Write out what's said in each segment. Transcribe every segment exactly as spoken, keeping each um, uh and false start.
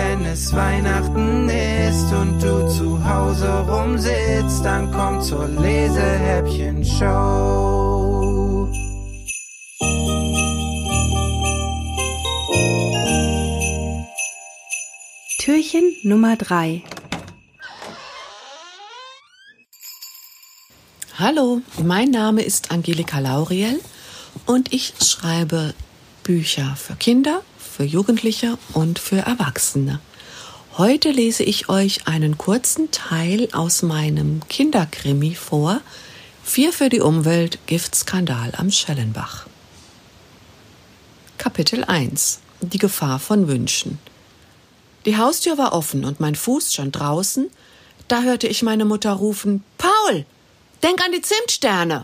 wenn es Weihnachten ist und du zu Hause rumsitzt, dann komm zur Lesehäppchen-Show. Türchen Nummer drei. Hallo, mein Name ist Angelika Lauriel und ich schreibe Bücher für Kinder, für Jugendliche und für Erwachsene. Heute lese ich euch einen kurzen Teil aus meinem Kinderkrimi vor, Vier für die Umwelt, Giftskandal am Schellenbach. Kapitel eins. Die Gefahr von Wünschen. Die Haustür war offen und mein Fuß schon draußen, da hörte ich meine Mutter rufen, »Paul, denk an die Zimtsterne!«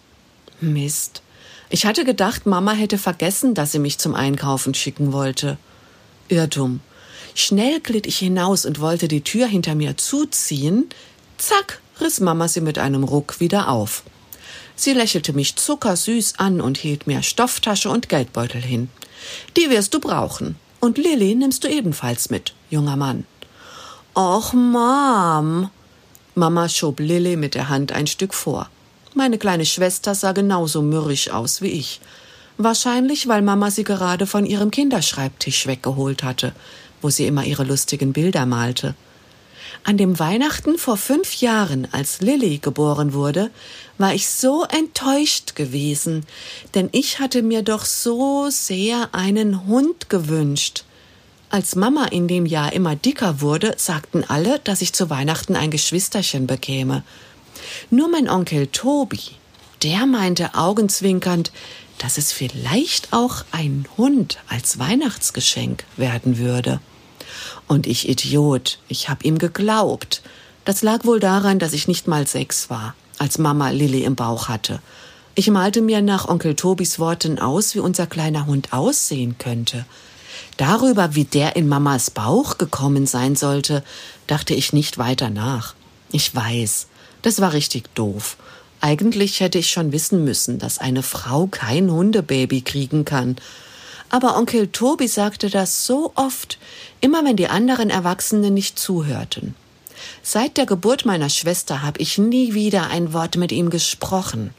Mist. Ich hatte gedacht, Mama hätte vergessen, dass sie mich zum Einkaufen schicken wollte. Irrtum. Schnell glitt ich hinaus und wollte die Tür hinter mir zuziehen. Zack, riss Mama sie mit einem Ruck wieder auf. Sie lächelte mich zuckersüß an und hielt mir Stofftasche und Geldbeutel hin. »Die wirst du brauchen. Und Lilli nimmst du ebenfalls mit, junger Mann.« »Och, Mom!« Mama schob Lilli mit der Hand ein Stück vor. Meine kleine Schwester sah genauso mürrisch aus wie ich. Wahrscheinlich, weil Mama sie gerade von ihrem Kinderschreibtisch weggeholt hatte, wo sie immer ihre lustigen Bilder malte. An dem Weihnachten vor fünf Jahren, als Lilli geboren wurde, war ich so enttäuscht gewesen, denn ich hatte mir doch so sehr einen Hund gewünscht. Als Mama in dem Jahr immer dicker wurde, sagten alle, dass ich zu Weihnachten ein Geschwisterchen bekäme. Nur mein Onkel Tobi, der meinte augenzwinkernd, dass es vielleicht auch ein Hund als Weihnachtsgeschenk werden würde. Und ich Idiot, ich hab ihm geglaubt. Das lag wohl daran, dass ich nicht mal sechs war, als Mama Lilli im Bauch hatte. Ich malte mir nach Onkel Tobis Worten aus, wie unser kleiner Hund aussehen könnte. Darüber, wie der in Mamas Bauch gekommen sein sollte, dachte ich nicht weiter nach. Ich weiß, das war richtig doof. Eigentlich hätte ich schon wissen müssen, dass eine Frau kein Hundebaby kriegen kann. Aber Onkel Tobi sagte das so oft, immer wenn die anderen Erwachsenen nicht zuhörten. Seit der Geburt meiner Schwester habe ich nie wieder ein Wort mit ihm gesprochen.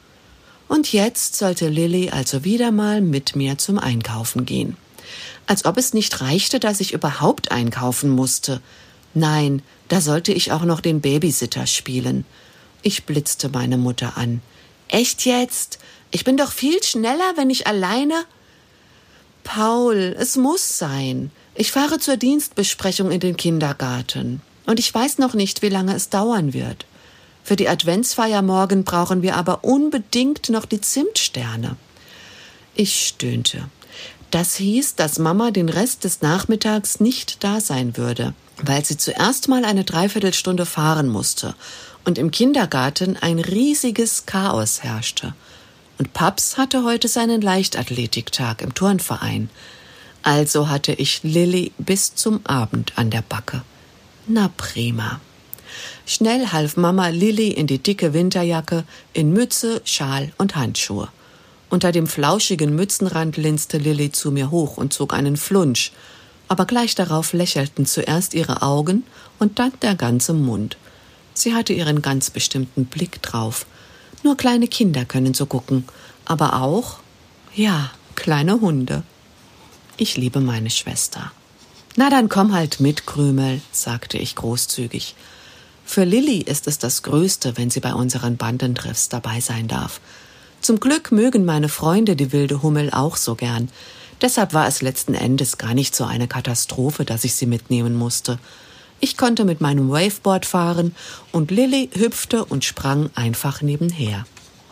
Und jetzt sollte Lilli also wieder mal mit mir zum Einkaufen gehen. Als ob es nicht reichte, dass ich überhaupt einkaufen musste. Nein, da sollte ich auch noch den Babysitter spielen. Ich blitzte meine Mutter an. »Echt jetzt? Ich bin doch viel schneller, wenn ich alleine...« »Paul, es muss sein. Ich fahre zur Dienstbesprechung in den Kindergarten. Und ich weiß noch nicht, wie lange es dauern wird. Für die Adventsfeier morgen brauchen wir aber unbedingt noch die Zimtsterne.« Ich stöhnte. Das hieß, dass Mama den Rest des Nachmittags nicht da sein würde, weil sie zuerst mal eine Dreiviertelstunde fahren musste und im Kindergarten ein riesiges Chaos herrschte. Und Paps hatte heute seinen Leichtathletiktag im Turnverein. Also hatte ich Lilli bis zum Abend an der Backe. Na prima. Schnell half Mama Lilli in die dicke Winterjacke, in Mütze, Schal und Handschuhe. Unter dem flauschigen Mützenrand linste Lilli zu mir hoch und zog einen Flunsch, aber gleich darauf lächelten zuerst ihre Augen und dann der ganze Mund. Sie hatte ihren ganz bestimmten Blick drauf. Nur kleine Kinder können so gucken, aber auch, ja, kleine Hunde. Ich liebe meine Schwester. »Na, dann komm halt mit, Krümel«, sagte ich großzügig. Für Lilli ist es das Größte, wenn sie bei unseren Bandentreffs dabei sein darf. Zum Glück mögen meine Freunde die wilde Hummel auch so gern. Deshalb war es letzten Endes gar nicht so eine Katastrophe, dass ich sie mitnehmen musste. Ich konnte mit meinem Waveboard fahren und Lilli hüpfte und sprang einfach nebenher.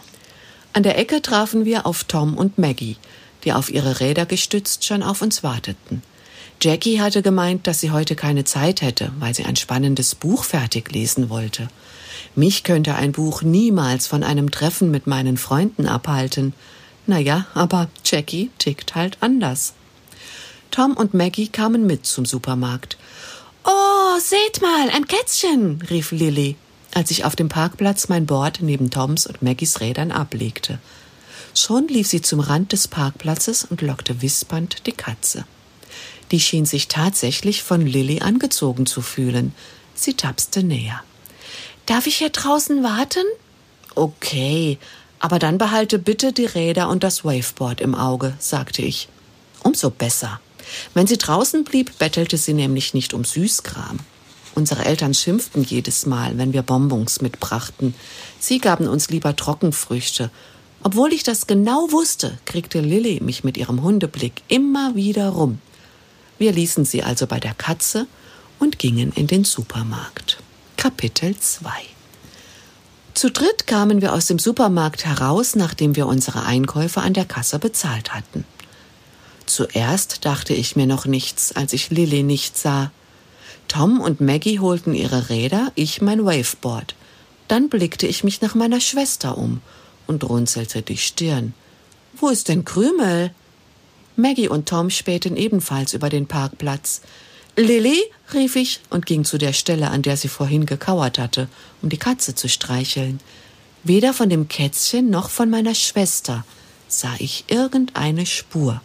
An der Ecke trafen wir auf Tom und Maggie, die auf ihre Räder gestützt schon auf uns warteten. Jackie hatte gemeint, dass sie heute keine Zeit hätte, weil sie ein spannendes Buch fertig lesen wollte. Mich könnte ein Buch niemals von einem Treffen mit meinen Freunden abhalten. Naja, aber Jackie tickt halt anders. Tom und Maggie kamen mit zum Supermarkt. »Oh, seht mal, ein Kätzchen«, rief Lilli, als ich auf dem Parkplatz mein Board neben Toms und Maggies Rädern ablegte. Schon lief sie zum Rand des Parkplatzes und lockte wispernd die Katze. Die schien sich tatsächlich von Lilly angezogen zu fühlen. Sie tapste näher. »Darf ich hier draußen warten?« »Okay, aber dann behalte bitte die Räder und das Waveboard im Auge«, sagte ich. »Umso besser. Wenn sie draußen blieb, bettelte sie nämlich nicht um Süßkram. Unsere Eltern schimpften jedes Mal, wenn wir Bonbons mitbrachten. Sie gaben uns lieber Trockenfrüchte. Obwohl ich das genau wusste, kriegte Lilly mich mit ihrem Hundeblick immer wieder rum. Wir ließen sie also bei der Katze und gingen in den Supermarkt. Kapitel zwei. Zu dritt kamen wir aus dem Supermarkt heraus, nachdem wir unsere Einkäufe an der Kasse bezahlt hatten. Zuerst dachte ich mir noch nichts, als ich Lilly nicht sah. Tom und Maggie holten ihre Räder, ich mein Waveboard. Dann blickte ich mich nach meiner Schwester um und runzelte die Stirn. »Wo ist denn Krümel?« Maggie und Tom spähten ebenfalls über den Parkplatz. »Lilly«, rief ich und ging zu der Stelle, an der sie vorhin gekauert hatte, um die Katze zu streicheln. Weder von dem Kätzchen noch von meiner Schwester sah ich irgendeine Spur.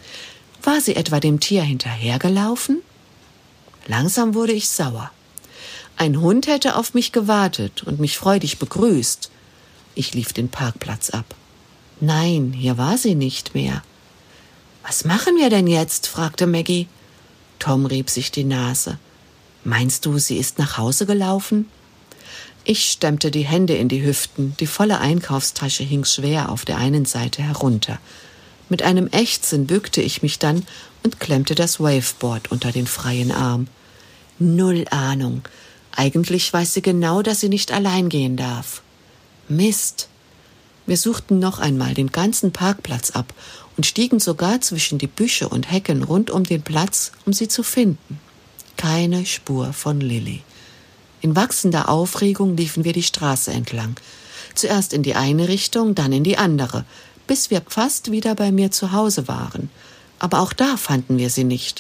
War sie etwa dem Tier hinterhergelaufen? Langsam wurde ich sauer. Ein Hund hätte auf mich gewartet und mich freudig begrüßt. Ich lief den Parkplatz ab. Nein, hier war sie nicht mehr. »Was machen wir denn jetzt?« fragte Maggie. Tom rieb sich die Nase. »Meinst du, sie ist nach Hause gelaufen?« Ich stemmte die Hände in die Hüften. Die volle Einkaufstasche hing schwer auf der einen Seite herunter. Mit einem Ächzen bückte ich mich dann und klemmte das Waveboard unter den freien Arm. Null Ahnung. Eigentlich weiß sie genau, dass sie nicht allein gehen darf. Mist. Wir suchten noch einmal den ganzen Parkplatz ab und stiegen sogar zwischen die Büsche und Hecken rund um den Platz, um sie zu finden. Keine Spur von Lilly. In wachsender Aufregung liefen wir die Straße entlang. Zuerst in die eine Richtung, dann in die andere, bis wir fast wieder bei mir zu Hause waren. Aber auch da fanden wir sie nicht.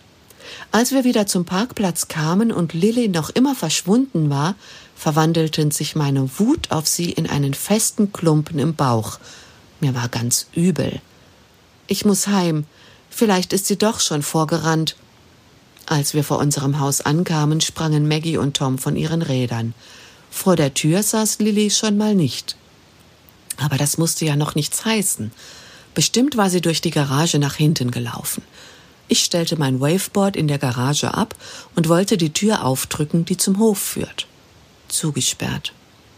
Als wir wieder zum Parkplatz kamen und Lilly noch immer verschwunden war, verwandelten sich meine Wut auf sie in einen festen Klumpen im Bauch. Mir war ganz übel. Ich muss heim. Vielleicht ist sie doch schon vorgerannt. Als wir vor unserem Haus ankamen, sprangen Maggie und Tom von ihren Rädern. Vor der Tür saß Lilly schon mal nicht. Aber das musste ja noch nichts heißen. Bestimmt war sie durch die Garage nach hinten gelaufen. Ich stellte mein Waveboard in der Garage ab und wollte die Tür aufdrücken, die zum Hof führt. Zugesperrt.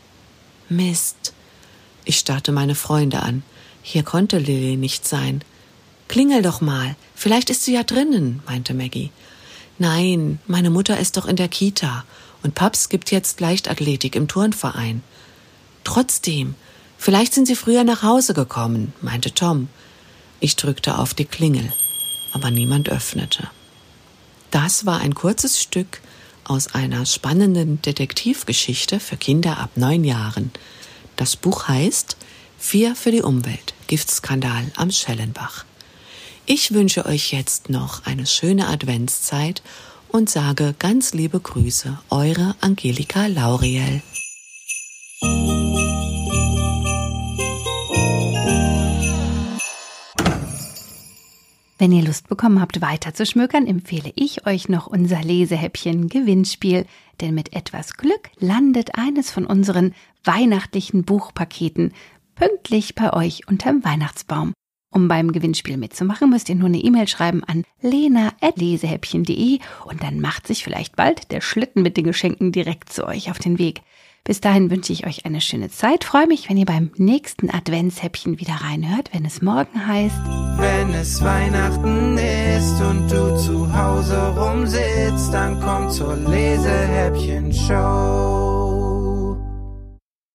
Mist. Ich starrte meine Freunde an. Hier konnte Lilly nicht sein. »Klingel doch mal, vielleicht ist sie ja drinnen«, meinte Maggie. »Nein, meine Mutter ist doch in der Kita und Paps gibt jetzt Leichtathletik im Turnverein.« »Trotzdem, vielleicht sind sie früher nach Hause gekommen«, meinte Tom. Ich drückte auf die Klingel, aber niemand öffnete. Das war ein kurzes Stück aus einer spannenden Detektivgeschichte für Kinder ab neun Jahren. Das Buch heißt »Vier für die Umwelt. Giftskandal am Schellenbach«. Ich wünsche euch jetzt noch eine schöne Adventszeit und sage ganz liebe Grüße, eure Angelika Lauriel. Wenn ihr Lust bekommen habt, weiter zu schmökern, empfehle ich euch noch unser Lesehäppchen-Gewinnspiel. Denn mit etwas Glück landet eines von unseren weihnachtlichen Buchpaketen pünktlich bei euch unterm Weihnachtsbaum. Um beim Gewinnspiel mitzumachen, müsst ihr nur eine E-Mail schreiben an lena at lesehäppchen punkt de und dann macht sich vielleicht bald der Schlitten mit den Geschenken direkt zu euch auf den Weg. Bis dahin wünsche ich euch eine schöne Zeit. Freue mich, wenn ihr beim nächsten Adventshäppchen wieder reinhört, wenn es morgen heißt: Wenn es Weihnachten ist und du zu Hause rumsitzt, dann komm zur Lesehäppchen-Show.